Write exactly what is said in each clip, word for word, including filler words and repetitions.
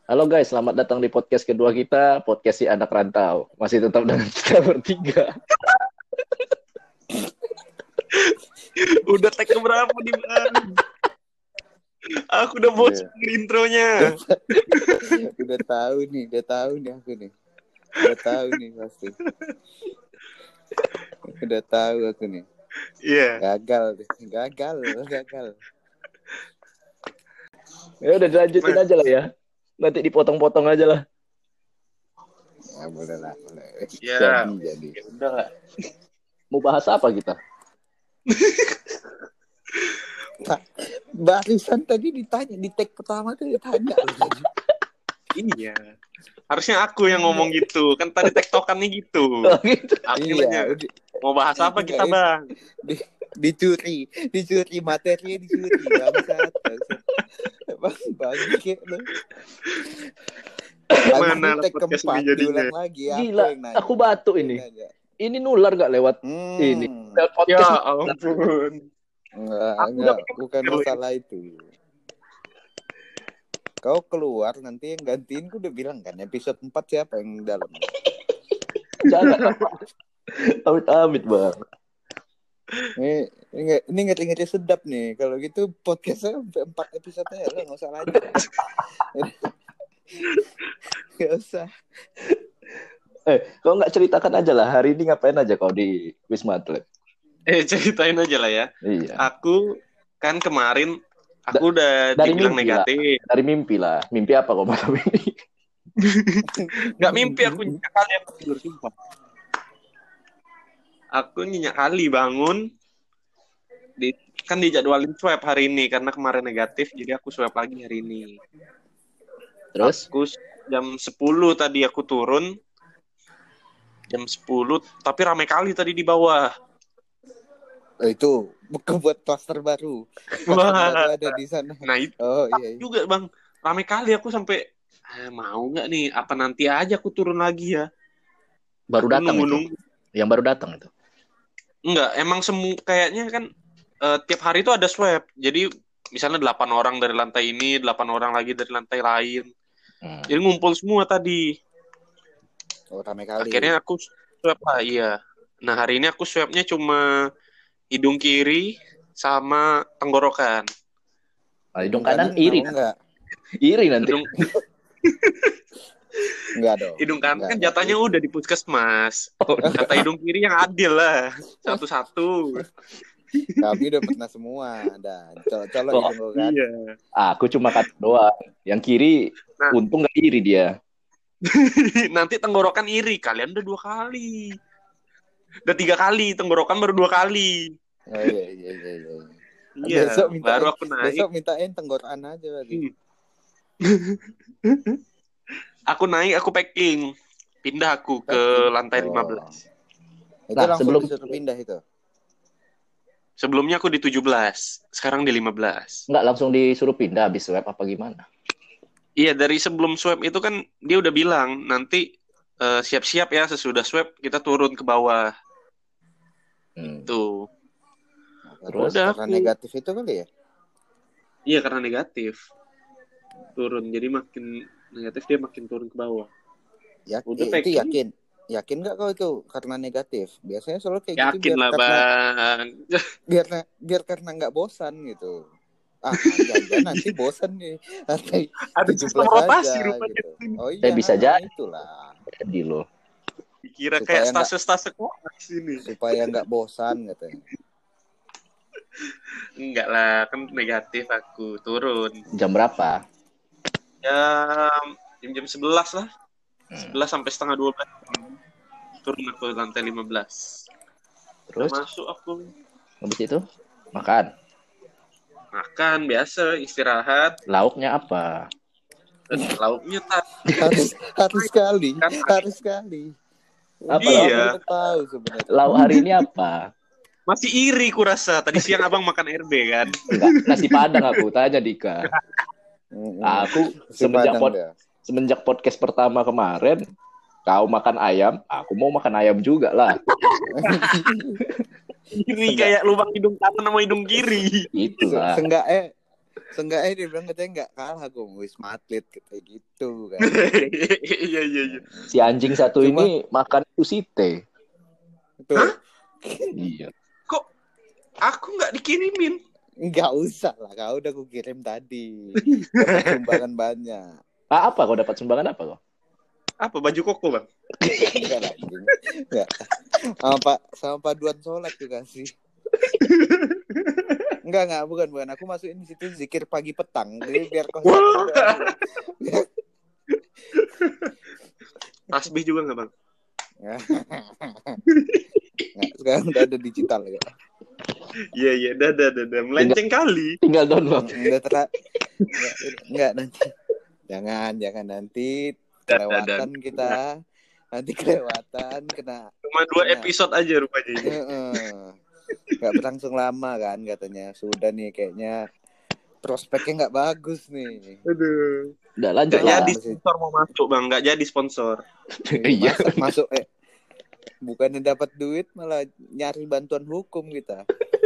Halo guys, selamat datang di podcast kedua kita, podcast si anak rantau. Masih tetap dengan kita bertiga. Udah tag keberapa nih bang? Aku udah bosan yeah. intronya. Udah tahu nih, udah tahu nih aku nih. Udah tahu nih pasti. Udah tahu aku nih. Iya. Yeah. Gagal deh, gagal, gagal. Ya udah dilanjutin nah. aja lah ya. Nanti dipotong-potong aja lah. Ya boleh lah, boleh. Ya. Jadi, jadi. Ya udah lah. Mau bahas apa kita? Pak, barusan tadi ditanya di tag pertama tuh ditanya. Iya. Harusnya aku yang ngomong gitu. Kan tadi tektokannya gitu. Aku iya, nanya, mau bahas apa kita bang? Di, dicuri, dicuri materinya dicuri. Bangsat, bangsat. Bang, bagi kayak lo. Mana tag keempat diulang lagi. Gila, aku batuk ini. Ini nular gak lewat hmm. ini? Lewat podcast. Ya ampun. Enggak, enggak, bukan masalah itu. Kau keluar nanti yang gantiin ku udah bilang kan episode empat siapa yang dalam. Jangan. Amit-amit bang. Ini ini ini ngeri-ngeri sedap nih. Kalau gitu podcastnya empat episode aja lah, nggak usah lagi. Nggak usah. Eh, kau nggak ceritakan aja lah hari ini ngapain aja kau di Wisma Atlet? Eh ceritain aja lah ya. Iya. Aku kan kemarin aku udah dari dibilang mimpi negatif. Lah. Dari mimpi lah. Mimpi apa kau malam ini? Gak mimpi, aku nyenyak kali aku tidur sumpah. Aku nyenyak kali bangun. Di, kan dijadwalin swab hari ini karena kemarin negatif, jadi aku swab lagi hari ini. Terus? Aku jam sepuluh tadi aku turun. Jam sepuluh, tapi ramai kali tadi di bawah. Oh, itu bukan buat klaster baru. Klaster baru ada di sana. Nah itu oh, iya, iya. juga bang, ramai kali aku sampai eh, mau nggak nih? Apa nanti aja aku turun lagi ya? Baru datang itu. Nunggu. Yang baru datang itu. Enggak, emang semu kayaknya kan uh, tiap hari itu ada swab. Jadi misalnya delapan orang dari lantai ini, delapan orang lagi dari lantai lain. Hmm. Jadi ngumpul semua tadi. Oh, ramai kali. Akhirnya aku swab lah, iya. Nah hari ini aku swabnya cuma hidung kiri sama tenggorokan. Oh, hidung kanan iri enggak? Iri nanti. Hidung... enggak dong. Hidung kanan enggak, kan jatahnya enggak. Udah di puskesmas. Oh, kata hidung kiri yang adil lah. Satu-satu. Kami udah pernah semua. Dan colok-colok oh, hidung kan. Iya. Aku cuma kata doang. Yang kiri nah. Untung enggak iri dia. Nanti tenggorokan iri. Kalian udah dua kali. Udah tiga kali. Tenggorokan baru dua kali. Oh iya iya iya iya. Iya, besok mintain, baru aku naik. Besok mintain tenggorokan aja lagi. Aku naik, aku packing. Pindah aku packing. Ke lantai oh. lima belas. Itu nah, langsung sebelum disuruh pindah itu? Sebelumnya aku di tujuh belas. Sekarang di lima belas. Enggak, langsung disuruh pindah habis swab apa gimana? Iya, dari sebelum swab itu kan dia udah bilang nanti uh, siap-siap ya sesudah swab kita turun ke bawah. Hmm. Itu. Terus udah, karena aku... negatif itu kali ya? Iya, karena negatif. Turun. Jadi makin negatif dia makin turun ke bawah. Ya, udah itu yakin. Yakin enggak kau itu karena negatif? Biasanya selalu kayak yakin gitu biar lah, karena Bang. biar biar karena enggak bosan gitu. Ah, jangan nanti bosan nih. Nanti ada sistem rotasi rupanya gitu. Oh iya, saya bisa jadi itulah. Jadi lo. Dikira kayak stase-stase kok sini. Supaya enggak bosan katanya. Enggak lah, kan negatif aku turun. Jam berapa? Jam jam sebelas lah. Hmm. sebelas sampai setengah dua belas. Turun aku lantai lima belas. Terus udah masuk aku. Habis itu makan. Makan biasa, istirahat. Lauknya apa? Lauknya tak harus harus sekali, kan, harus sekali. Apa iya. Tahu sebenarnya. Lauk hari ini apa? Masih iri kurasa. Tadi siang abang makan R B kan? Enggak, nasi padang aku tanya Dika. Aku semenjak pod, semenjak podcast pertama kemarin, kau makan ayam, aku mau makan ayam juga lah. Ini kayak lubang hidung kanan sama hidung kiri. Itulah. Seenggaknya Seenggaknya dia bilang katanya nggak kalah gue Wisma Atlet kayak gitu kan. Iya iya iya. Si anjing satu Cuma, ini makan Usite. Tuh. Iya. Kok aku nggak dikirimin? Nggak usah lah, kau udah aku kirim tadi. Sumbangan banyak. Ah, apa kau dapat sumbangan apa kau? Apa baju koko bang? Enggak lah, enggak. Sama Pak, sama paduan sholat juga sih. Enggak enggak, bukan bukan. Aku masukin di situ zikir pagi petang, jadi biar kau. Tasbih juga nggak bang? Nggak, sekarang udah ada digital ya. Iya iya, dadah dadah, melenceng tinggal, kali. Tinggal download. Enggak ter, enggak, enggak nanti. Jangan jangan nanti. Kelewatan kita nanti kelewatan kena cuma dua kena, episode aja rupanya ini. Nggak berlangsung lama kan katanya sudah nih kayaknya prospeknya nggak bagus nih. Aduh. Udah lanjut nggak lah. jadi sponsor mau masuk bang, nggak jadi sponsor. Iya. Masuk, masuk eh bukannya dapat duit malah nyari bantuan hukum kita.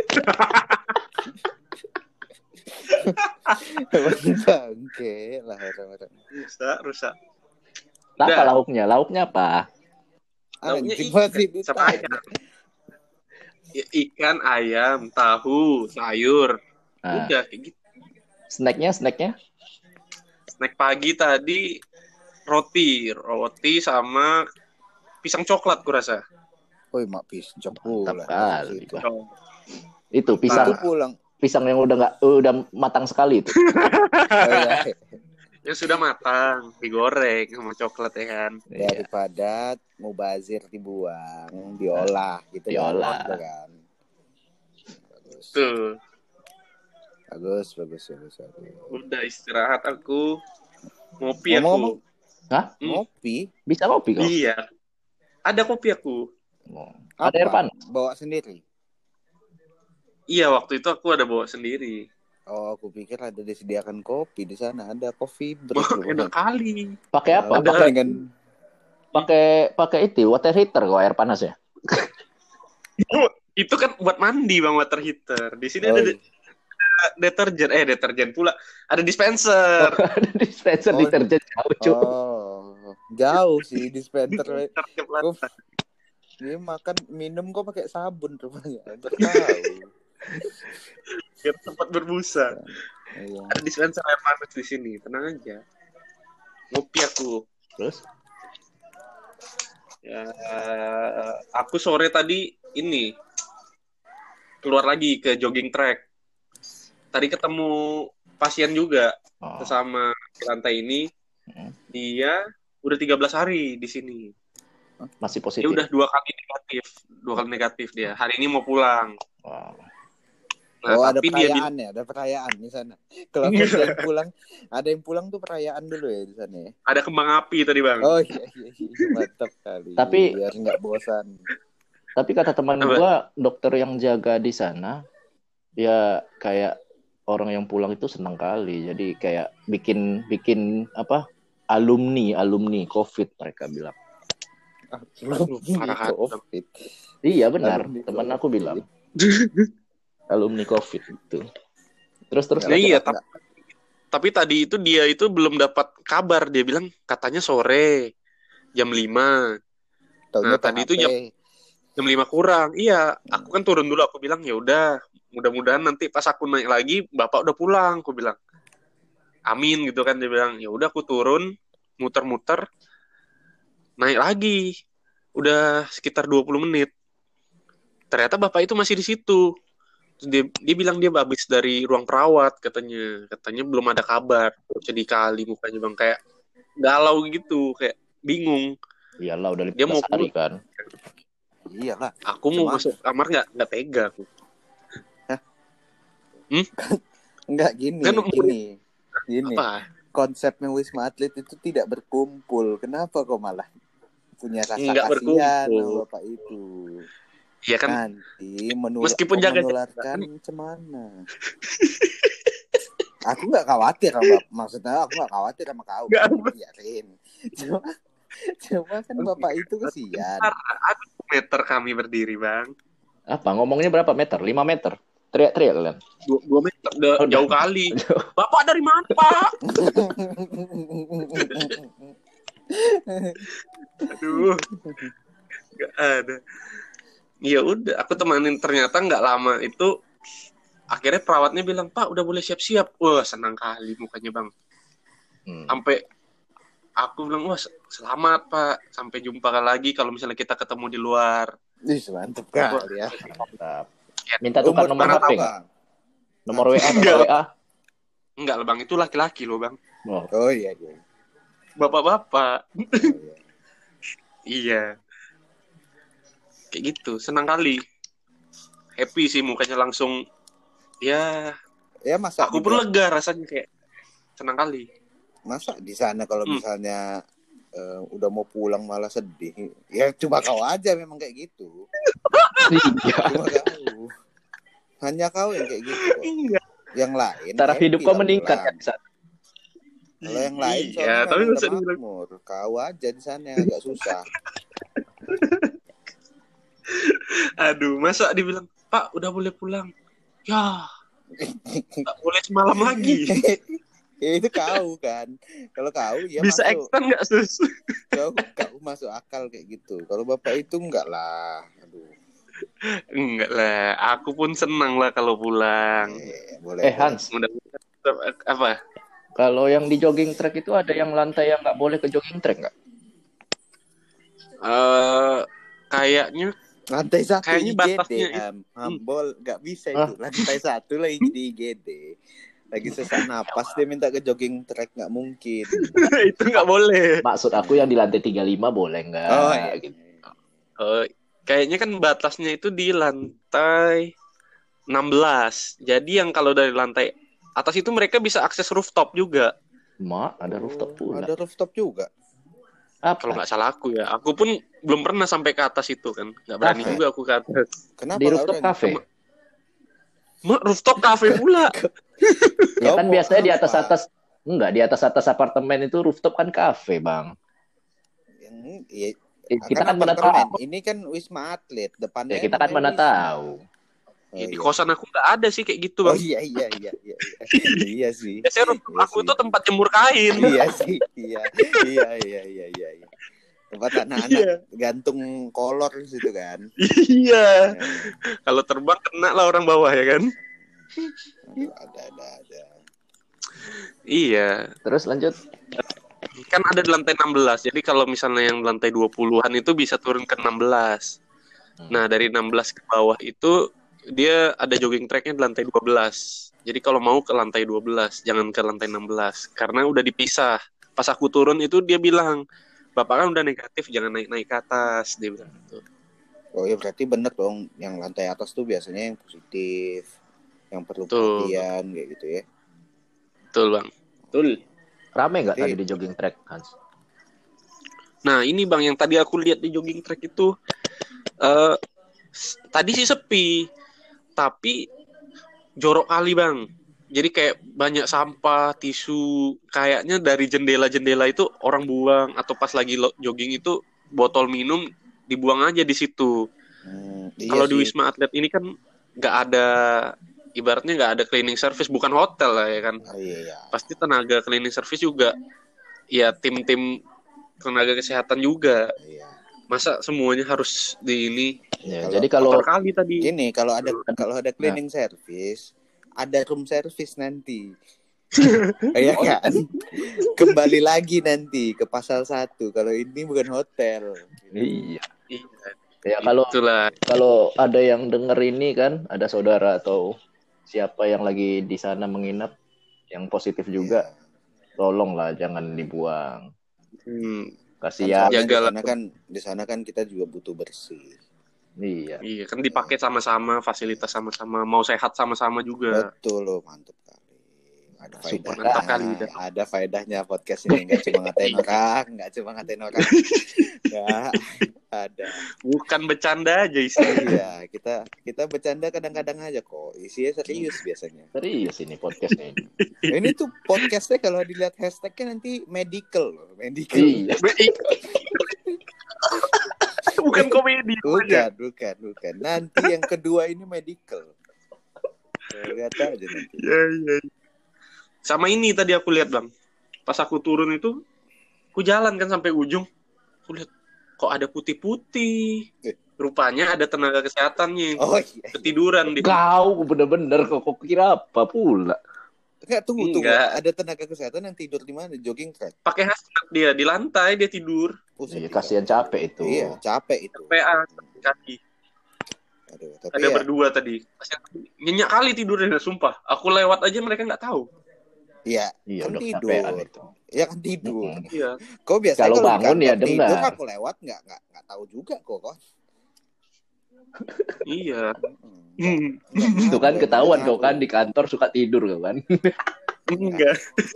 Bangke lah orang-orang. Rusak rusak. Apa lauknya? Lauknya apa? Lauknya ikan sama ayam. Ikan, ayam, tahu, sayur. Nah. Udah kayak gitu. Snacknya, snacknya? Snack pagi tadi roti, roti sama pisang coklat kurasa. Woi, mak pisang coklat. Itu pisang. Itu pulang. Pisang yang udah nggak, udah matang sekali itu. Oh, iya. Yang sudah matang, digoreng sama coklat ya kan. Daripada mubazir dibuang, diolah gitu. Diolah kan. Bagus. Tuh. Bagus, bagus, bagus, bagus. Udah istirahat aku. Ngopi Ngomong, aku. Hah? Hmm. Ngopi? Bisa ngopi kok? Iya. Ada kopi aku. Oh. Ada air panas? Bawa sendiri? Iya, waktu itu aku ada bawa sendiri. Oh, aku pikir ada disediakan kopi di sana. Ada coffee break. Oh, enak kali. Pakai apa? Ada Pakai dengan pakai pakai itu water heater kok air panas ya? Itu kan buat mandi bang, water heater. Di sini oh, ada deterjen, eh deterjen pula. Ada dispenser. Oh, ada dispenser oh, deterjen jauh cuy. Oh, jauh sih dispenser. Ini makan minum kok pakai sabun rupanya. Tahu. Biar tempat berbusa. Iya. Ada dispenser air panas di sini, tenang aja. Ngopi aku. Terus? Ya, aku sore tadi ini keluar lagi ke jogging track. Tadi ketemu pasien juga oh. Sesama di lantai ini. Hmm. Dia udah tiga belas hari di sini. Masih positif. Dia udah dua kali negatif, dua kali negatif dia. Hari ini mau pulang. Wow. Nah, oh, ada perayaan dia... ya, ada perayaan di sana. Kalau ada yang pulang, ada yang pulang tuh perayaan dulu ya di sana ya. Ada kembang api tadi bang. Oh iya iya, iya. Mantap kali. Tapi biar nggak bosan. Tapi kata teman gua, dokter yang jaga di sana, ya kayak orang yang pulang itu senang kali. Jadi kayak bikin bikin apa? Alumni alumni COVID mereka bilang. Alumni COVID. Iya benar, alumni teman COVID. Aku bilang. Alumni COVID itu. Terus terus. Nah, iya, tapi, tapi tadi itu dia itu belum dapat kabar. Dia bilang katanya sore jam lima. Nah, tadi itu jam jam lima kurang. Iya, aku kan turun dulu. Aku bilang ya udah, mudah-mudahan nanti pas aku naik lagi Bapak udah pulang. Aku bilang. Amin gitu kan, dia bilang. Ya udah aku turun, muter-muter. Naik lagi. Udah sekitar dua puluh menit. Ternyata Bapak itu masih di situ. Dia, dia bilang dia habis dari ruang perawat katanya. Katanya belum ada kabar. Jadi kali mukanya bang. Kayak galau gitu. Kayak bingung. Iyalah udah lima belas hari kan. Iyalah. Aku mau masuk kamar gak, gak tega aku. Hah? Hmm? Enggak gini. Kan, gini. Gini. Apa? Konsepnya Wisma Atlet itu tidak berkumpul. Kenapa kok malah punya rasa kasihan sama Bapak itu? Iya kan. Nanti menul- meskipun jaga menularkan cemana. Aku nggak khawatir sama Bapak. Maksudnya aku nggak khawatir sama kau. Biarin. Cuma, cuma kan Bapak itu kesian. Ada meter kami berdiri bang. Apa ngomongnya berapa meter? lima meter? Teriak-teriak kalian. Dua, dua meter, udah oh, jauh kali. Bapak dari mana, Pak? Aduh. Gak ada. Ya udah, aku temanin, ternyata nggak lama itu akhirnya perawatnya bilang, Pak udah boleh siap-siap. Wah senang kali mukanya bang. Hmm. Sampai aku bilang, wah selamat Pak, sampai jumpa lagi kalau misalnya kita ketemu di luar. Ih mantap kali ya. Mantap. Minta tukar nomor H P nggak? Nomor W A, nomor W A? Enggak lah bang, itu laki-laki loh bang. Oh, oh iya iya. Bapak-bapak. Oh, iya. Iya. Kayak gitu, senang kali. Happy sih mukanya langsung. Ya. Ya masa. Aku pun lega rasanya kayak senang kali. Masa di sana kalau hmm. misalnya uh, udah mau pulang malah sedih. Ya cuma kau aja memang kayak gitu. Cuma kau. Hanya kau yang kayak gitu. Kok. Yang lain. Taraf hidup kau meningkat kan di sana. Kalau yang lain soalnya ya, tapi udah makmur. Kau aja di sana agak susah. Aduh, masa dibilang, Pak udah boleh pulang. Ya, nggak boleh semalam lagi. Ya itu kau kan. Kalau kau ya bisa masuk. Bisa nggak sus? Kau, kau masuk akal kayak gitu. Kalau bapak itu enggak lah. Aduh. Enggak lah. Aku pun senang lah kalau pulang. Eh, boleh, eh Hans. Mudah, apa? Kalau yang di jogging track itu ada yang lantai yang nggak boleh ke jogging track nggak? Uh, kayaknya. Lantai satu kayaknya I G D, batasnya um, Hambol nggak bisa itu. Lantai satu lagi di I G D. Lagi sesak napas dia minta ke jogging track nggak mungkin. Itu nggak boleh. Maksud aku yang di lantai tiga puluh lima boleh nggak? Oh iya gitu. Uh, kayaknya kan batasnya itu di lantai enam belas. Jadi yang kalau dari lantai atas itu mereka bisa akses rooftop juga. Ma, ada rooftop pula. Ada rooftop juga. Apa? Kalau nggak salah aku ya, aku pun belum pernah sampai ke atas itu kan, nggak berani kafe. Juga aku ke atas. Kenapa? Di rooftop cafe? Ma, rooftop cafe pula. Ya kan biasanya di atas atas, enggak di atas atas apartemen itu rooftop kan cafe bang. Yang ya, kita kan mana tahu. Ini kan Wisma Atlet depannya. Ya, kita kan mana tahu. Oh, ya, di iya. Kosan aku nggak ada sih kayak gitu bang. Oh iya iya iya iya iya sih. Biasanya rooftop iya, aku sih. Itu tempat jemur kain. Iya sih iya iya iya iya iya. iya. Tempat anak-anak iya. Gantung kolor di situ kan. Iya. Ya. Kalau terbang kena lah orang bawah ya kan. Aduh, ada ada ada. Iya. Terus lanjut. Kan ada di lantai enam belas. Jadi kalau misalnya yang lantai dua puluhan itu bisa turun ke enam belas. Hmm. Nah, dari enam belas ke bawah itu dia ada jogging tracknya di lantai dua belas. Jadi kalau mau ke lantai dua belas, jangan ke lantai enam belas. Karena udah dipisah. Pas aku turun itu dia bilang, Bapak kan udah negatif, jangan naik-naik ke atas. Dia bilang gitu. Oh ya berarti bener dong. Yang lantai atas tuh biasanya yang positif. Yang perlu perhatian kayak gitu ya. Betul bang. Betul. Rame nggak tadi di jogging track, Hans? Nah ini bang, yang tadi aku lihat di jogging track itu, uh, tadi sih sepi. Tapi jorok kali bang. Jadi kayak banyak sampah, tisu. Kayaknya dari jendela-jendela itu orang buang. Atau pas lagi jogging itu botol minum dibuang aja di situ. Hmm, iya kalau di Wisma Atlet ini kan nggak ada, ibaratnya nggak ada cleaning service. Bukan hotel lah ya kan. Oh, iya, iya. Pasti tenaga cleaning service juga. Ya tim-tim tenaga kesehatan juga. Iya. Masa semuanya harus di ini. Ya, jadi kalau kali tadi gini, kalau ada kalau ada cleaning nah. service, ada room service nanti. Iya kan? Kembali lagi nanti ke pasal satu. Kalau ini bukan hotel. Iya. Ya kalau Itulah. Kalau ada yang denger ini kan, ada saudara atau siapa yang lagi di sana menginap yang positif juga, yeah. Tolonglah jangan dibuang. Hmm. Kasihan. Kan di sana kan di sana kan kita juga butuh bersih. Iya. Iya, kan dipakai sama-sama, fasilitas sama-sama, mau sehat sama-sama juga. Betul loh, mantap kali. Ada faedah. Mantap kali. Ada faedahnya podcast ini, enggak cuma ngatain orang, enggak cuma ngatain orang. Enggak, ada. Bukan bercanda aja isinya. Iya, kita kita bercanda kadang-kadang aja kok. Isinya serius biasanya. Serius ini podcastnya ini. Ini tuh podcastnya kalau dilihat hashtagnya nanti medical loh, medical. Iya. Bukan komedi. Bukan, bukan, bukan. Nanti yang kedua ini medical. Lihat aja nanti. Ya, ya. Sama ini tadi aku lihat bang, pas aku turun itu, aku jalan kan sampai ujung, aku lihat kok ada putih-putih. Rupanya ada tenaga kesehatannya Oh iya. ketiduran di. Kau bener-bener kok kok kira apa pula? Enggak, tunggu, tunggu. Enggak. Ada tenaga kesehatan yang tidur di mana? Jogging track. Pakai hazmat dia di lantai dia tidur. Oh, Iya, kasihan capek itu. Iya, capek itu. P A kaki. Aduh, tapi ada ya, berdua tadi. Nyenyak kali tidurnya, sumpah. Aku lewat aja mereka nggak tahu. Iya, Iya, kan udah tidur. kecapean itu. Iya kan tidur. Mm-mm. Iya. Kok biasanya Kalau kalau di bangun ya kantor tidur dengar. aku lewat nggak nggak nggak tahu juga kok kok. Iya. Hmm. Itu kan ketahuan kau kan di kantor suka tidur kau kan. Enggak.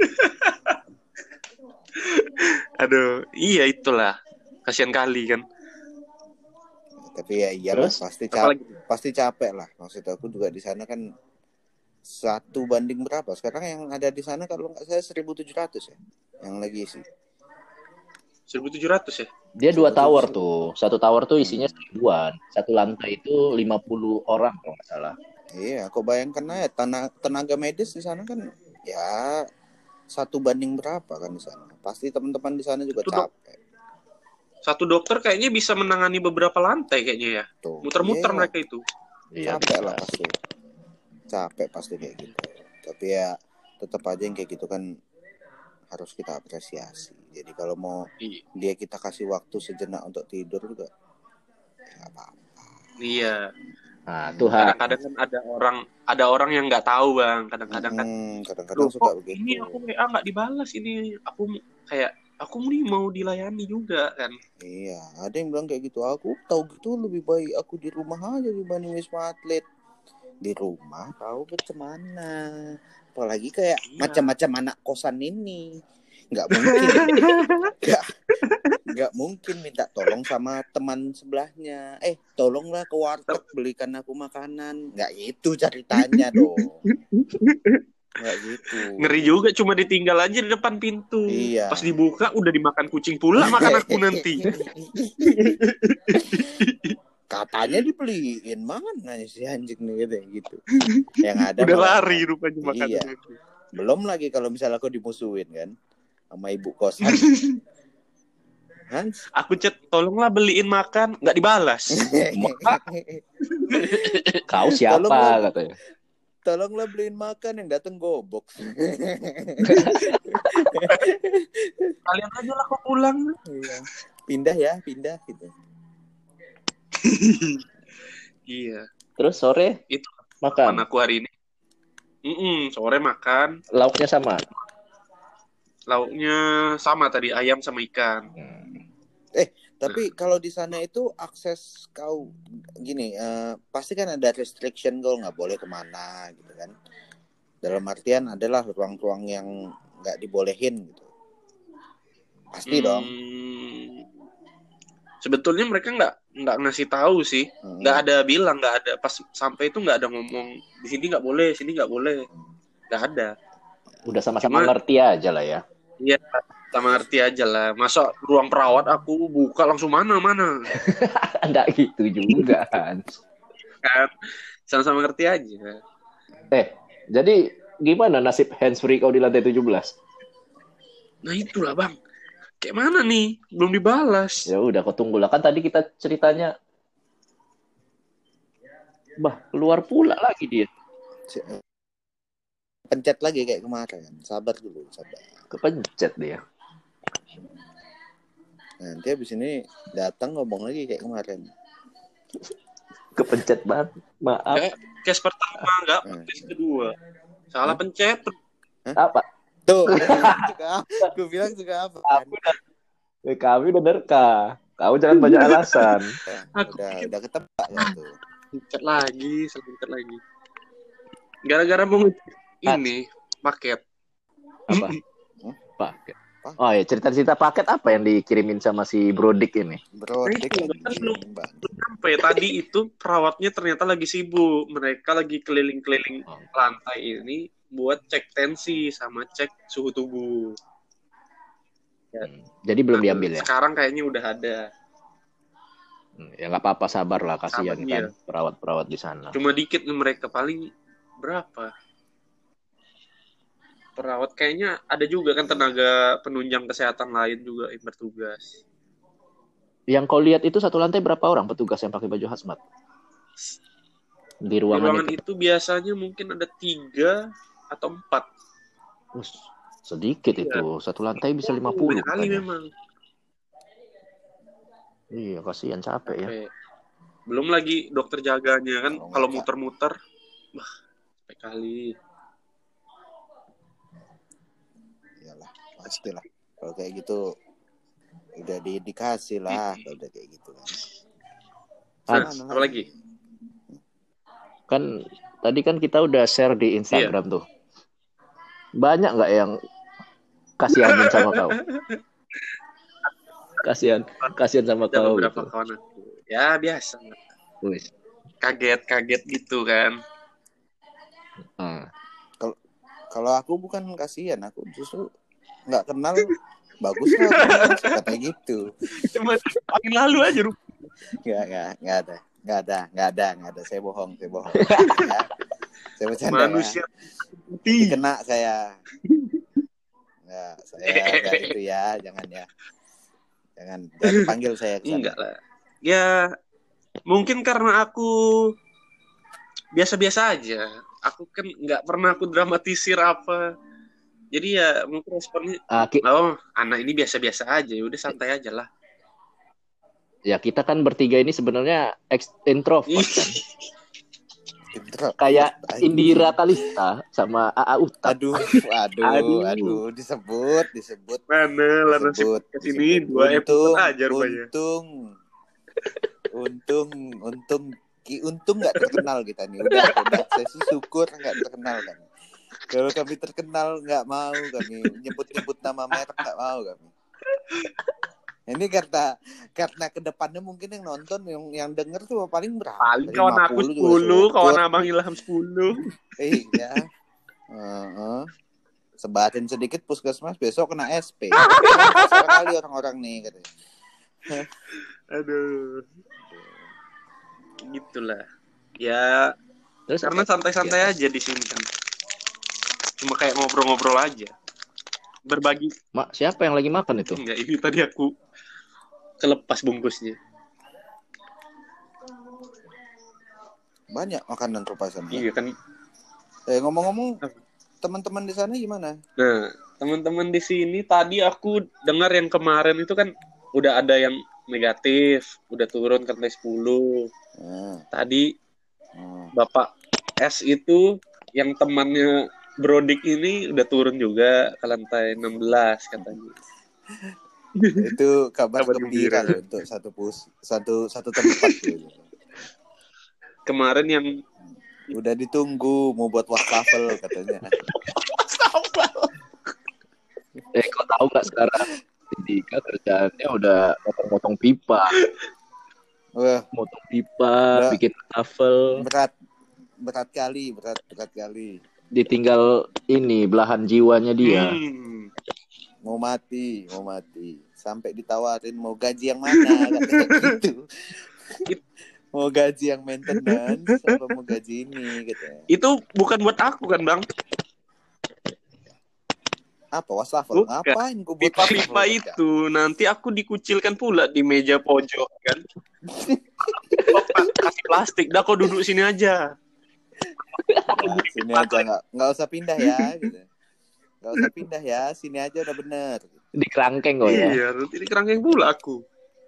Aduh, iya itulah. Kasihan kali kan. Tapi ya iyalah Terus? pasti capek, pasti capek lah. Maksud aku juga di sana kan satu banding berapa? Sekarang yang ada di sana kalau nggak salah seribu tujuh ratus ya. Yang lagi sih. seribu tujuh ratus ya? Dia dua tower tuh. Satu tower tuh isinya seribuan. Satu lantai itu lima puluh orang kalau nggak salah. Iya, aku bayangkan aja tenaga, tenaga medis di sana kan ya satu banding berapa kan di sana. Pasti teman-teman di sana juga Satu dok- capek. Satu dokter kayaknya bisa menangani beberapa lantai kayaknya ya. Tuh. Muter-muter Iya, mereka itu. Iya, capek bisa. lah pasti. Capek pasti kayak gitu. Tapi ya tetap aja yang kayak gitu kan harus kita apresiasi. Jadi kalau mau Iya. dia kita kasih waktu sejenak untuk tidur juga nggak apa-apa. Iya. Nah, Tuhan. Kadang-kadang kan ada orang ada orang yang nggak tahu bang. Kadang-kadang kan. Hmm, kadang-kadang Loh, suka kok begitu. ini aku W A nggak dibalas ini. Aku kayak aku nih mau dilayani juga kan. Iya, ada yang bilang kayak gitu. Aku tahu gitu lebih baik aku di rumah aja dibanding Wisma Atlet. Di rumah tahu bagaimana. Apalagi kayak Iya. macam-macam anak kosan ini. Nggak mungkin. nggak, nggak mungkin minta tolong sama teman sebelahnya. Eh, tolonglah ke warteg belikan aku makanan. Nggak itu ceritanya dong. Nggak gitu. Ngeri juga cuma ditinggal aja di depan pintu. Iya. Pas dibuka udah dimakan kucing pula makan aku nanti. Katanya dibeliin, mana si anjing nih gitu, gitu. Yang ada Udah malah, lari rupanya makan. iya. Belum lagi kalau misalnya aku dimusuhin kan sama ibu kosan. Hans, Aku chat tolonglah beliin makan, nggak dibalas. Kau siapa Tolonglah. katanya. Tolonglah beliin makan, yang datang gobok. Kalian aja lah kok pulang. Iya. Pindah ya, pindah gitu. Iya. Terus sore Itu makan. makan aku hari ini. Mm-mm, sore makan. Lauknya sama. Lauknya sama tadi, ayam sama ikan. Hmm. Eh, tapi kalau di sana itu akses kau gini, uh, pasti kan ada restriction kau nggak boleh kemana gitu kan. Dalam artian adalah ruang-ruang yang nggak dibolehin gitu. Pasti Hmm, dong. Sebetulnya mereka nggak nggak ngasih tahu sih, Hmm. nggak ada bilang, nggak ada pas sampai itu nggak ada ngomong di sini nggak boleh, sini nggak boleh, nggak ada. Udah sama-sama Cuma- ngerti aja lah ya. Iya, sama ngerti aja lah. Masa ruang perawat aku buka langsung mana mana Nggak gitu juga. Hans. kan? Sama-sama ngerti aja. Eh, jadi gimana nasib handsfree kau di lantai tujuh belas? Nah itulah bang, kayak mana nih? Belum dibalas. Ya udah, kau tunggulah. Kan tadi kita ceritanya, bah keluar pula lagi dia. Pencet lagi kayak kemarin. Sabar dulu, sabar. Kepencet dia. Nanti habis ini datang ngomong lagi kayak kemarin. Kepencet banget. Maaf. Nggak, case pertama nggak, case kedua salah pencet. Apa? Tuh, gue bilang juga apa kan? Eh, kami udah nerka. Kau jangan banyak alasan. Aku Udah, pikir udah ketebak ya tuh. pencet lagi, salah pencet lagi. Gara-gara mau ini paket. Apa? Paket. Oh ya, cerita-cerita paket apa yang dikirimin sama si Brodik ini? Bro, Nah, dik, itu, kan anjing, belum- Bang. Sampai tadi itu perawatnya ternyata lagi sibuk. Mereka lagi keliling-keliling Oh. lantai ini buat cek tensi sama cek suhu tubuh. Hmm, Jadi belum Nah, diambil ya? Sekarang kayaknya udah ada. Hmm, Ya nggak apa-apa, sabar lah, kasihan Sabar, kan iya. perawat-perawat di sana. Cuma dikit nih mereka, paling berapa? Perawat kayaknya ada juga kan tenaga penunjang kesehatan lain juga yang bertugas. Yang kau lihat itu satu lantai berapa orang petugas yang pakai baju hazmat? Di ruangan, Di ruangan itu. itu biasanya mungkin ada tiga atau empat. Us, sedikit iya. Itu. Satu lantai bisa lima puluh. Banyak kali memang. Iya, kasihan capek, capek ya. Belum lagi dokter jaganya kan oh, kalau muter-muter. Wah, capek kali. Iyalah, pastilah. Kalau kayak gitu udah diindikasi lah, kalau udah kayak gitu kan. Nah, apa lagi? Kan tadi kan kita udah share di Instagram iya. Tuh. Banyak nggak yang kasihanin sama kau? Kasihan, kasihan sama ada kau. Beberapa gitu. Kawan aku. Ya biasa. Wih. Kaget-kaget gitu kan. Hmm. Kalau kalau aku bukan kasihan, aku justru nggak kenal. Bagus lah, kata gitu. Cuma angin lalu aja rup. Nggak, nggak, nggak ada, nggak ada, nggak ada, nggak ada. Saya bohong, saya bohong. Ya. Saya bercanda. Manusia putih. Ya. Kena saya. Nggak, saya nggak itu ya, jangan ya. Jangan, jangan panggil saya kesana. Enggak lah. Ya, mungkin karena aku biasa-biasa aja. Aku kan nggak pernah aku dramatisir apa. Jadi ya mungkin responnya, uh, ki- oh anak ini biasa-biasa aja, udah santai aja lah. Ya kita kan bertiga ini sebenarnya introvert kan. Kayak Indira Kalista sama A A Uta. Aduh, aduh, aduh, aduh, disebut, disebut. Mana lah disebut ini dua episode aja rupanya. Untung, untung, untung, untung nggak terkenal kita nih. Udah, udah, saya sih syukur nggak terkenal kan. Kalau kami terkenal nggak mau kami nyebut-nyebut nama merek nggak mau kami. Ini karena karena kedepannya mungkin yang nonton yang yang denger tuh paling berapa? Paling kawan aku sepuluh, kawan abang Ilham sepuluh. Iya. Uh-uh. Sebatin sedikit puskesmas besok kena S P. Sekali orang-orang nih katanya. Aduh. Gitulah. Ya. Terus karena santai-santai ya. Aja di sini kan. Cuma kayak ngobrol-ngobrol aja. Berbagi. Mak, siapa yang lagi makan itu? Enggak, ini tadi aku kelepas bungkusnya. Banyak makanan kepasan. Iya kan. Eh ngomong-ngomong, teman-teman di sana gimana? Nah, teman-teman di sini tadi aku dengar yang kemarin itu kan udah ada yang negatif, udah turun ke lantai sepuluh. Hmm. Tadi hmm. Bapak S itu yang temannya Brodik ini udah turun juga ke lantai enam belas katanya. Itu kabar, kabar gembira loh untuk satu pus satu satu tempat gitu. Kemarin yang udah ditunggu mau buat wastafel katanya. eh kau tahu nggak sekarang Dika kerjaannya udah potong-potong pipa. Wah, potong pipa, udah bikin wastafel. Berat berat kali, berat berat kali. Ditinggal ini belahan jiwanya dia. Hmm. Mau mati, mau mati. Sampai ditawarin mau gaji yang mana katanya gitu. Mau gaji yang maintenance apa mau gaji ini katanya. Itu bukan buat aku kan, Bang? Apa wastafel? Ngapain gua buat pipa-pipa itu? Nanti aku dikucilkan pula di meja pojok kan. Kasih plastik, dah kau duduk sini aja. Nah, sini aja nggak nggak usah pindah ya gitu. Nggak usah pindah ya, sini aja udah bener di kerangkeng kok ya. Iya, nanti di kerangkeng pula aku.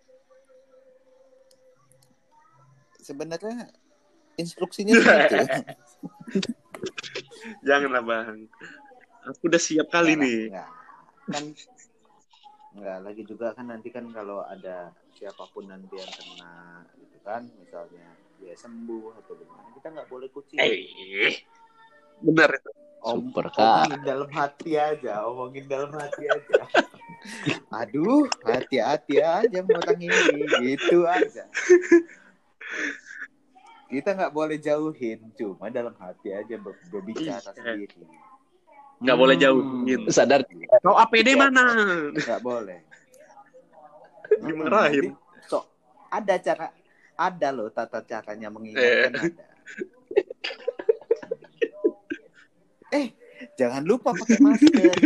Sebenarnya instruksinya seperti itu. Janganlah Bang, aku udah siap kali nggak, nih nggak. Kan nggak lagi juga kan nanti kan kalau ada siapapun nanti yang kena gitu kan, misalnya dia sembuh atau gimana, kita nggak boleh kucing. Eh, benar itu. Om, omongin dalam hati aja, omongin dalam hati aja. Aduh, hati-hati aja orang ini, gitu aja. Kita nggak boleh jauhin, cuma dalam hati aja ber- berbicara Ih, sendiri. Nggak hmm. boleh jauhin. Sadar. Kau A P D mana? Nggak boleh. Dimarahin. So, ada cara. Ada loh tata caranya mengingatkan eh. ada. Eh, jangan lupa pakai masker.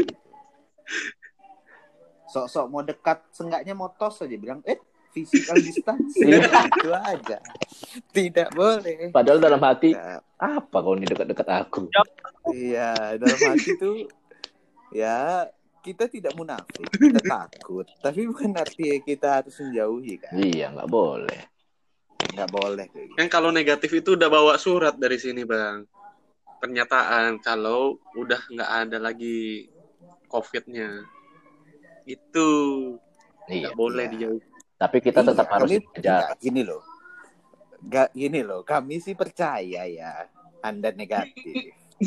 Sok-sok mau dekat, seenggaknya mau tos aja bilang, eh, physical distancing. Itu aja. Tidak boleh. Padahal dalam hati, nah, apa kau ini dekat-dekat aku? Iya, dalam hati tuh, ya kita tidak munafik, kita takut. Tapi bukan artinya kita harus menjauhi kan? Iya, nggak boleh. Nggak boleh. Gitu. Kan kalau negatif itu udah bawa surat dari sini, Bang. Pernyataan kalau udah nggak ada lagi COVID-nya. Itu nggak iya, boleh iya. dijauhi. Tapi kita tetap iya, harus jaga. Gini loh, gak gini loh. Kami sih percaya ya, Anda negatif.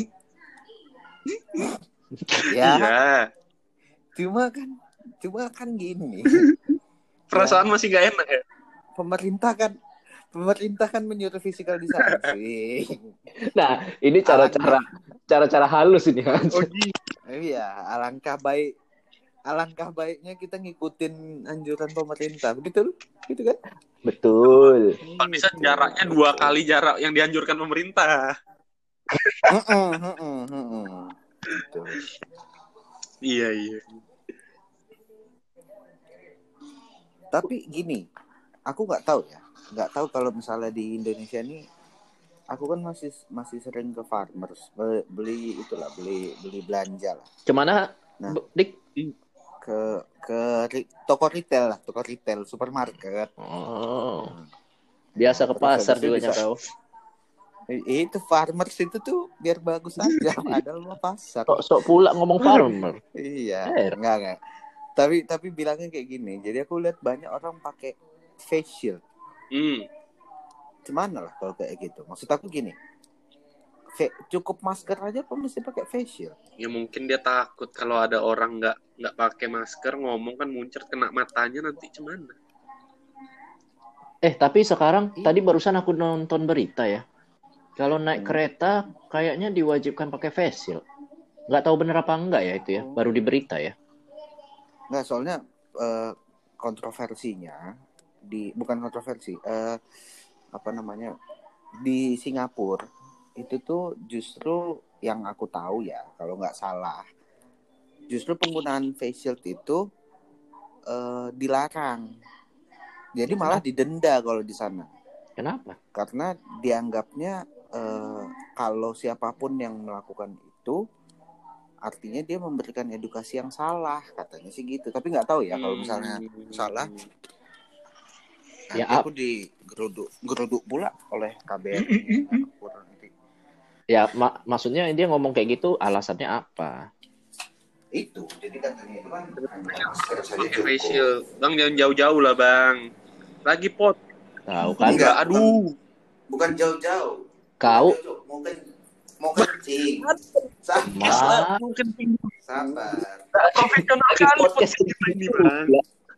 Ya. Iya. Cuma kan, cuma kan gini. Perasaan ya, masih gak enak ya. Pemerintah kan, pemerintah kan menyuruh physical distancing. Nah, ini cara-cara, cara-cara halus ini. Oh, iya, alangkah baik. Alangkah baiknya kita ngikutin anjuran pemerintah, begitu, gitu kan? Betul. Kalau bisa jaraknya dua kali jarak yang dianjurkan pemerintah. Heeh, heeh, heeh. Iya, iya. Tapi gini, aku nggak tahu ya, nggak tahu kalau misalnya di Indonesia ini, aku kan masih masih sering ke farmers, beli itulah, beli beli belanja lah. Kemana, nah, Dik? ke ke toko retail lah, toko retail, supermarket. Oh, biasa ke pasar juga kau. Itu farmers itu tuh biar bagus aja, padahal mah pasar. Sok-sok pula ngomong farmer. Iya, enggak enggak. Tapi tapi bilangnya kayak gini. Jadi aku lihat banyak orang pakai face shield. Hmm. Gimana lah kalau kayak gitu? Maksud aku gini. Cukup masker aja apa mesti pakai face shield? Ya mungkin dia takut kalau ada orang nggak nggak pakai masker ngomong kan muncrat kena matanya nanti gimana? Eh tapi sekarang tadi barusan aku nonton berita ya. Kalau naik hmm. kereta kayaknya diwajibkan pakai face shield. Nggak tahu bener apa enggak ya itu ya. Baru di berita ya. Nggak, soalnya uh, kontroversinya di bukan kontroversi. Uh, apa namanya? Di Singapura itu tuh justru yang aku tahu ya, kalau nggak salah, justru penggunaan face shield itu uh, dilarang. Jadi malah didenda kalau di sana. Kenapa? Karena dianggapnya uh, kalau siapapun yang melakukan itu, artinya dia memberikan edukasi yang salah, katanya sih gitu. Tapi nggak tahu ya kalau misalnya hmm. salah. Ya, aku digeruduk geruduk pula oleh K B R I. Ya, mak- maksudnya dia ngomong kayak gitu alasannya apa? Itu, jadi katanya itu kan facial. Bang jangan jauh-jauh lah, Bang. Lagi pot. Tahu kan? Enggak, aduh. Bukan jauh-jauh. Kau mau ke mau kencing. Sabar. Mau kencing. Sabar. Profesional kali podcast kita ini, Bang.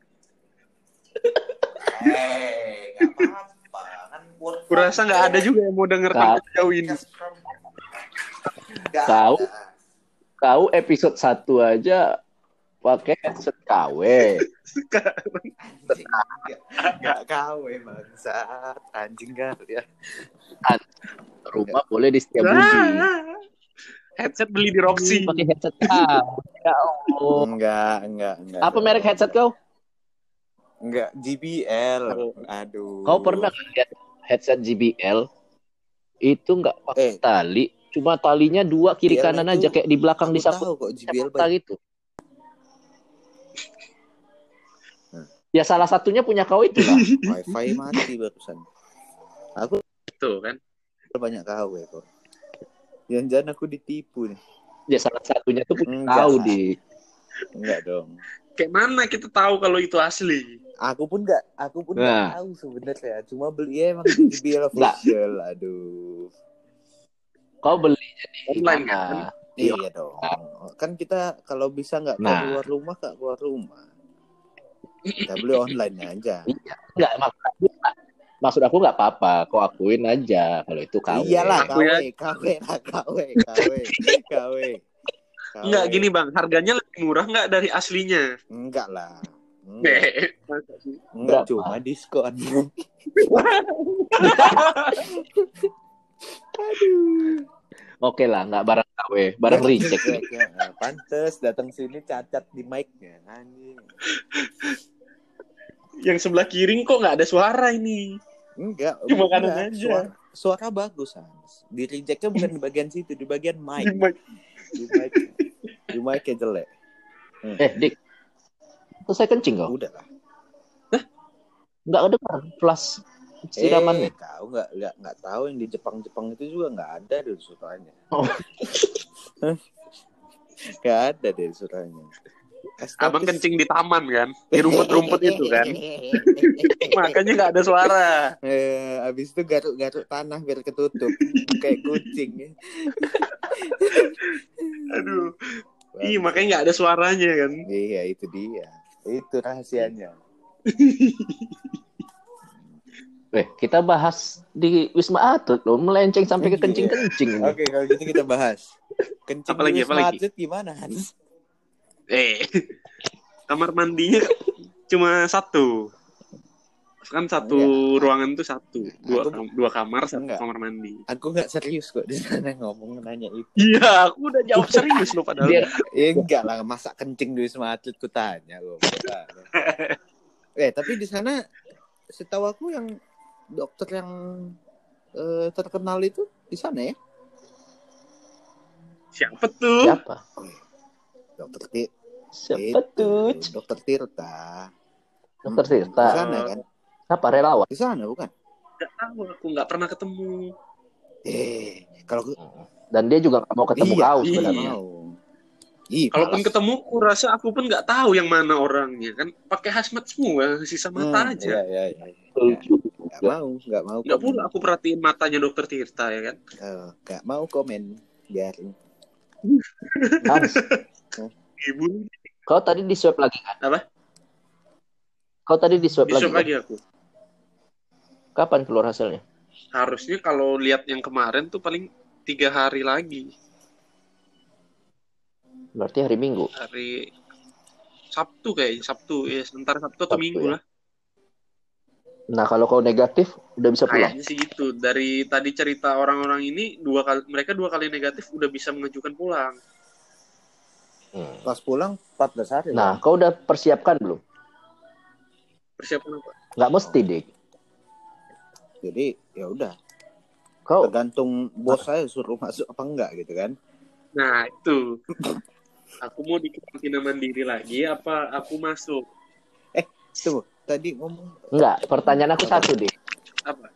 Eh, enggak apa-apa. Kan kurasa enggak ada juga yang mau denger podcast jauh ini. Kau, kau episode satu aja pakai headset K W. Gak K W bangsat, anjing gak ya. Rumah boleh di Setiabudi. Headset beli di Roxy. Pakai headset kau. Ya Allah. Enggak, enggak, enggak. Apa merek headset kau? Enggak, J B L. Aduh. Kau pernah lihat headset J B L? Itu enggak pakai eh. tali. Cuma talinya dua kiri Biar kanan aja kayak di belakang disambung kok J B L gitu. Ya salah satunya punya kau itu lah. Wifi mati barusan. Aku itu kan banyak K W kok. Jangan-jangan aku ditipu nih. Ya salah satunya tuh punya kau di. Enggak dong. Kayak mana kita tahu kalau itu asli? Aku pun enggak, aku pun enggak nah. tahu sebenarnya. Cuma beli emang J B L official. Aduh. Kau beli jadi online kan? Iya dong. Kan kita kalau bisa nggak nah. keluar rumah, nggak keluar rumah. Kita beli online aja. Nggak, maksud aku, maksud aku nggak apa-apa. Kau akuin aja kalau itu K W. Iyalah K W, K W lah K W, K W, K W. Nggak gini bang, harganya lebih murah nggak dari aslinya? Enggak lah. Enggak, Enggak cuma diskon. Aduh. Oke lah, nggak barang K W, barang reject. Ya, pantes datang sini cacat di mic-nya. Anjing. Yang sebelah kiri kok nggak ada suara ini. Enggak, cuma kanan enggak. aja. Suara, suara bagus, Hans. Di rejectnya bukan di bagian situ, di bagian mic. Di mic. Di mic. Di mic-nya jelek. Hmm. Eh, Dik. Selesai kencing kau? Udah lah. Hah? Enggak ada kan flash siramannya? Eh, kau enggak enggak enggak tahu yang di Jepang-Jepang itu juga enggak ada deh suaranya. Oh. Enggak ada deh suaranya. Estatis. Abang kencing di taman kan, di rumput-rumput itu kan. Makanya nggak ada suara. Eh, abis itu garuk-garuk tanah biar ketutup kayak kucing. Aduh. Iya, makanya nggak ada suaranya kan. Iya, itu dia. Itu rahasianya. Eh, kita bahas di Wisma Atlet loh, melenceng sampai ke kencing-kencing ini. Oke, kalau gitu kita bahas. Kencing apalagi, di Wisma apalagi? Atlet gimana, Hans? Eh, kamar mandinya cuma satu. Kan satu enggak. Ruangan tuh satu, dua, aku, dua kamar, satu enggak. Kamar mandi. Aku nggak serius kok di sana ngomong nanya itu. Iya, aku udah jawab serius loh padahal. Ya, ya enggak lah, masa kencing di Wisma Atlet ku tanya loh. Eh, tapi di sana setahu aku yang dokter yang uh, terkenal itu di sana ya? Siapa tuh? Siapa? Dokter Tirta. Siapa tuh? Dokter Tirta. Dokter Tirta. Di sana kan? Siapa relawan? Di sana bukan? Gak tahu, aku nggak pernah ketemu. Eh, kalau dan dia juga nggak mau ketemu iya, kau sebenarnya. Iya, kalaupun ketemu, aku rasa aku pun nggak tahu yang mana orangnya kan. Pakai hazmat semua, sisa mata hmm, aja. Iya, iya, iya. Ya. Gak mau, gak mau. Gak pula aku perhatiin matanya dokter Tirta ya kan. Uh, gak mau komen, biarin. Hans, ibu. Kau tadi di swab lagi kan? Apa? Kau tadi di swab lagi. Di swab lagi, lagi aku. Kapan keluar hasilnya? Harusnya kalau lihat yang kemarin tuh paling tiga hari lagi. Berarti hari Minggu. Hari Sabtu kayaknya, Sabtu ya, sebentar Sabtu atau Sabtu, Minggu ya? Lah. Nah, kalau kau negatif udah bisa pulang. Kayaknya sih gitu. Dari tadi cerita orang-orang ini dua kali mereka dua kali negatif udah bisa mengajukan pulang. Hmm. Pas pulang empat belas hari. Nah, kan? Kau udah persiapkan belum? Persiapan apa? Nggak mesti, Dik. Jadi, ya udah. Kau tergantung bos saya suruh masuk apa enggak gitu kan. Nah, itu. Aku mau di karantina mandiri lagi apa aku masuk? Eh, tuh, tadi ngomong. Enggak, pertanyaan aku satu, Dik. Apa?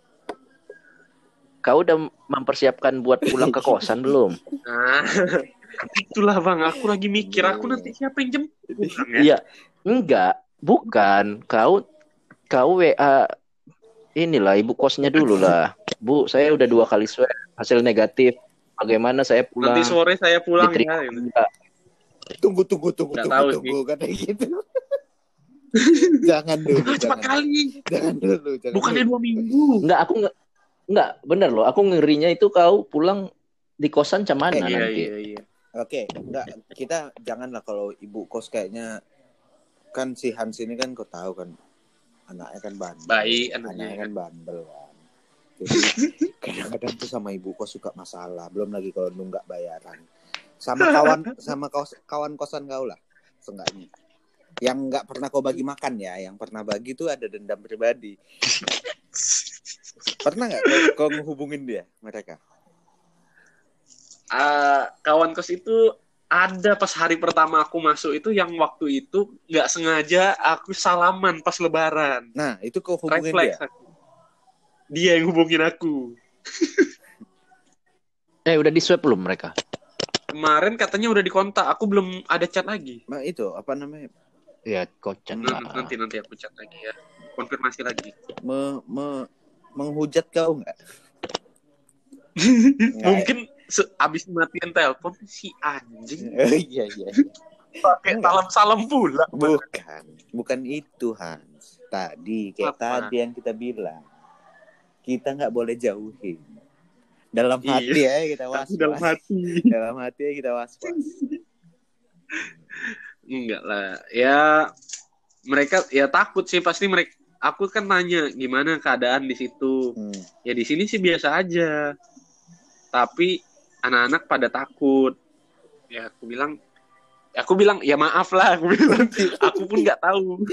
Kau udah mempersiapkan buat pulang ke kosan belum? Nah, itulah Bang, aku lagi mikir aku nanti siapa yang jemput ya? Iya. Enggak, bukan. Kau kau W A inilah ibu kosnya dulu lah. Bu, saya udah dua kali swab, hasil negatif. Bagaimana saya pulang? Nanti sore saya pulang ya. Tunggu, tunggu, tunggu, Nggak tunggu, tahu tunggu, kata gitu. Jangan dulu. Ah, cepat kali. Jangan dulu. Jangan Bukannya dulu. dua minggu. Enggak, aku nggak. Enggak, bener loh. Aku ngerinya itu kau pulang di kosan cuman eh, nanti. Iya, iya, iya. Oke, enggak. Kita janganlah kalau ibu kos kayaknya kan si Hans ini kan kau tahu kan anaknya kan bandel. Baik, anaknya, anaknya kan bandel kan. Jadi kadang-kadang tuh sama ibu kos suka masalah. Belum lagi kalau nunggak bayaran. Sama kawan sama kos, kawan kosan kau lah, seenggaknya. Yang nggak pernah kau bagi makan ya, yang pernah bagi tuh ada dendam pribadi. Pernah nggak kau, kau ngehubungin dia mereka? Uh, kawan kos itu ada pas hari pertama aku masuk itu yang waktu itu nggak sengaja aku salaman pas lebaran. Nah itu kau hubungin Reflex dia? Aku. Dia yang hubungin aku. Eh udah di swab belum mereka? Kemarin katanya udah dikontak, aku belum ada chat lagi. Nah itu apa namanya? Ya kocak lah. Nanti nanti aku chat lagi ya, konfirmasi lagi. Me, me, menghujat kau nggak? Mungkin se- abis matiin telepon si anjing. Iya iya. Pakai salam-salam pula. Bukan, bukan itu Hans. Tadi kayak apa? Tadi yang kita bilang, kita nggak boleh jauhin. Dalam hati iya. ya kita was-was. Dalam hati. Dalam hati ya kita was-was. Enggak lah. Ya mereka ya takut sih pasti mereka. Aku kan nanya gimana keadaan di situ. Hmm. Ya di sini sih biasa aja. Tapi anak-anak pada takut. Ya aku bilang, aku bilang ya maaf lah, aku bilang, aku pun nggak tahu.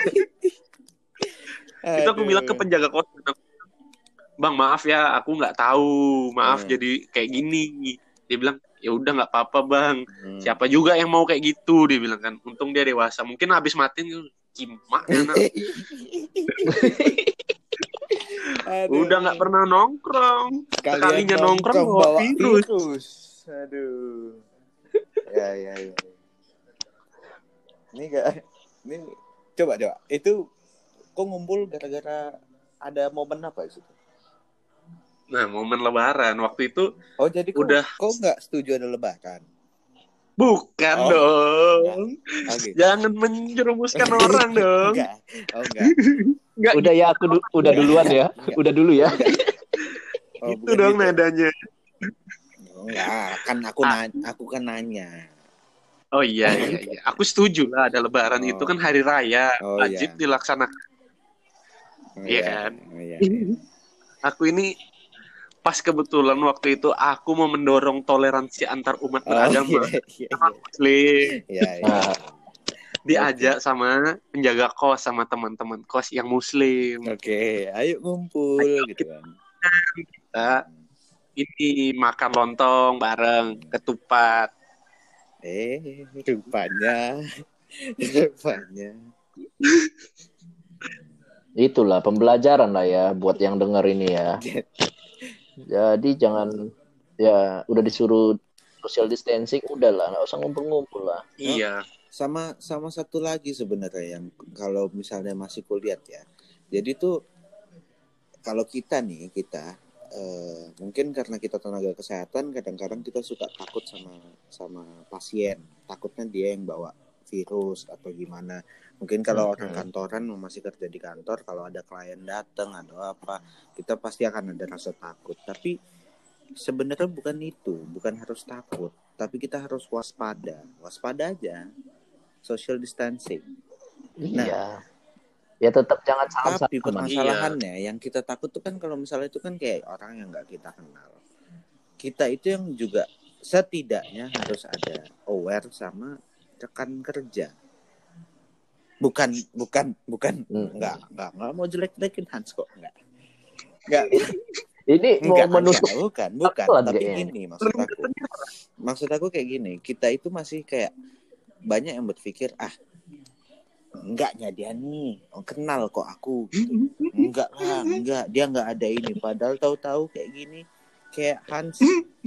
Itu aku bilang ke penjaga kos, bang maaf ya, aku nggak tahu, maaf hmm. jadi kayak gini. Dia bilang ya udah nggak apa-apa bang, hmm. siapa juga yang mau kayak gitu, dia bilang kan. Untung dia dewasa, mungkin habis matiin cimak anak. Udah nggak pernah nongkrong, sekalinya nongkrong bawa virus. virus. Aduh. Ya ya ya. Ini gak, ini coba coba. Itu kok ngumpul gara-gara ada momen apa itu? Nah, momen Lebaran waktu itu. Oh jadi udah. Kok nggak setuju ada Lebaran? Bukan oh, dong. Oh, gitu. Jangan menjerumuskan orang dong. Enggak. Oh enggak. Enggak. Udah ya aku du- udah duluan ya. Enggak. Udah dulu ya. Oh, itu dong gitu. Nadanya. Enggak, kan aku nanya, aku kan nanya. Oh iya iya iya. Aku setuju lah ada Lebaran oh. itu kan hari raya, oh, wajib iya. dilaksanakan. Oh, iya kan? Oh, iya, iya. Aku ini pas kebetulan waktu itu aku mau mendorong toleransi antar umat beragama. Oh, iya, iya, Muslim. Iya, iya. Diajak okay. sama penjaga kos sama teman-teman kos yang muslim. Oke, okay. ayo ngumpul ayo, gitu kan. Kita ini makan lontong bareng, ketupat. Eh, rupanya. Rupanya. Itulah pembelajaran lah ya buat yang denger ini ya. Jadi jangan ya udah disuruh social distancing udahlah, nggak usah ngumpul-ngumpul lah. Iya. Sama sama satu lagi sebenarnya yang kalau misalnya masih kuliah ya. Jadi tuh kalau kita nih kita eh, mungkin karena kita tenaga kesehatan kadang-kadang kita suka takut sama sama pasien, takutnya dia yang bawa virus atau gimana. Mungkin kalau hmm. orang kantoran masih kerja di kantor, kalau ada klien datang atau apa, kita pasti akan ada rasa takut. Tapi sebenarnya bukan itu, bukan harus takut, tapi kita harus waspada, waspada aja. Social distancing. Nah, iya. Ya tetap jangan salah. Tapi permasalahannya iya. yang kita takut tuh kan kalau misalnya itu kan kayak orang yang nggak kita kenal. Kita itu yang juga setidaknya harus ada aware sama rekan kerja. Bukan, bukan, bukan, hmm. enggak, enggak, enggak mau jelek-jelekin Hans kok, enggak, enggak. Ini enggak, mau menutup, enggak, bukan, bukan, tapi gini maksud aku, maksud aku kayak gini, kita itu masih kayak banyak yang berpikir ah, enggaknya dia nih, oh, kenal kok aku, gitu. Enggak lah, enggak, dia enggak ada ini, padahal tahu-tahu kayak gini, kayak Hans,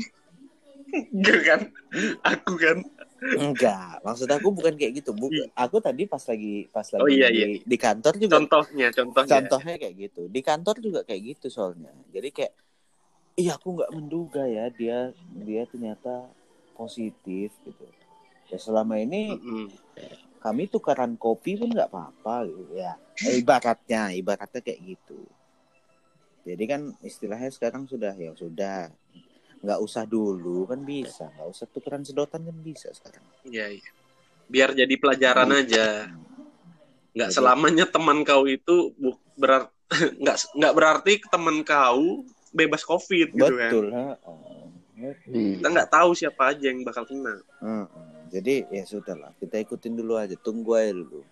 enggak kan, aku kan. Enggak, maksud aku bukan kayak gitu. Bukan. Aku tadi pas lagi pas lagi oh, iya, di, iya. di kantor juga. Contohnya, contohnya. Contohnya kayak gitu. Di kantor juga kayak gitu soalnya. Jadi kayak, iya aku nggak menduga ya dia dia ternyata positif gitu. Ya selama ini mm-hmm. kami tukaran kopi pun nggak apa-apa gitu ya. Ibaratnya, ibaratnya kayak gitu. Jadi kan istilahnya sekarang sudah ya sudah. Nggak usah dulu kan bisa, nggak usah tukeran sedotan kan bisa sekarang. Iya, iya. Biar jadi pelajaran hmm. aja. Nggak jadi, selamanya teman kau itu berar nggak nggak berarti teman kau bebas COVID gitu kan. Betul. Oh. Kita nggak tahu siapa aja yang bakal kena. Hmm. Jadi ya sudahlah, kita ikutin dulu aja, tunggu aja dulu.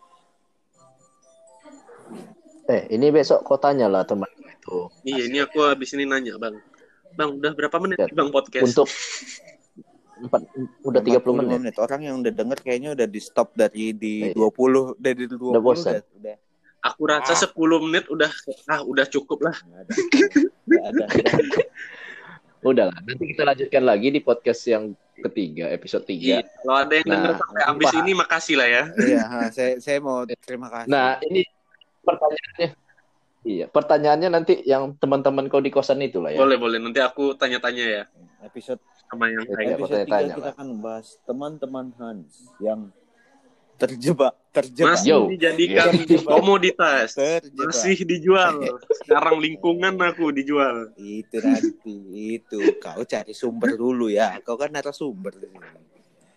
Eh, ini besok kau tanya lah teman itu. Iya, ini aku habis ini nanya bang. Bang, udah berapa menit ya, Bang podcast? Untuk empat udah tiga puluh menit. menit. Orang yang udah denger kayaknya udah di stop dari di dua puluh, dari dua puluh udah, udah. Aku rasa ah. sepuluh menit udah ah udah cukup lah. Enggak ada. Enggak ada. Udah lah, nanti kita lanjutkan lagi di podcast yang ketiga, episode tiga. Iya, kalau ada yang nah, denger sampai habis ini makasih lah ya. Iya, saya saya mau terima kasih. Nah, ini pertanyaannya. Iya, pertanyaannya nanti yang teman-teman kau di kosan itu lah ya. Boleh, boleh. Nanti aku tanya-tanya ya. Episode sama yang saya. Episode tiga kita akan bahas teman-teman Hans yang terjebak, terjebak. Masih Yo. dijadikan terjebak. komoditas. Terjebak. Masih dijual. Sekarang lingkungan aku dijual. Itu nanti, itu. Kau cari sumber dulu ya. Kau kan narasumber di sini.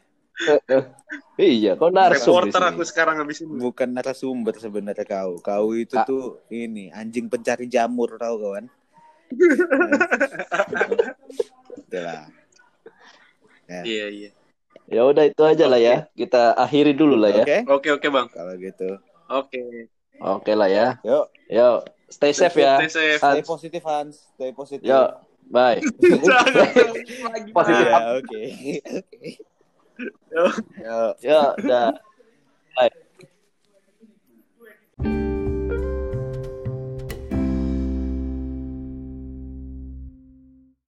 Iya, kau narasumber. Reporter aku sekarang habis ini. Bukan narasumber sebenarnya kau. Kau itu ah. tuh ini anjing pencari jamur tahu kawan. Itulah. Ya. Iya, iya. Ya udah itu aja okay. lah ya. Kita akhiri dulu lah ya. Oke, okay. oke, okay, okay, Bang. Kalau gitu. Oke. Okay. Oke okay lah ya. Yuk. Yuk, stay, stay safe ya. Stay safe. Stay positif, Hans. Stay positif. Yuk, bye. Positif. Oke. Oke. Yuk. Yuk. Yuk, dah. Bye.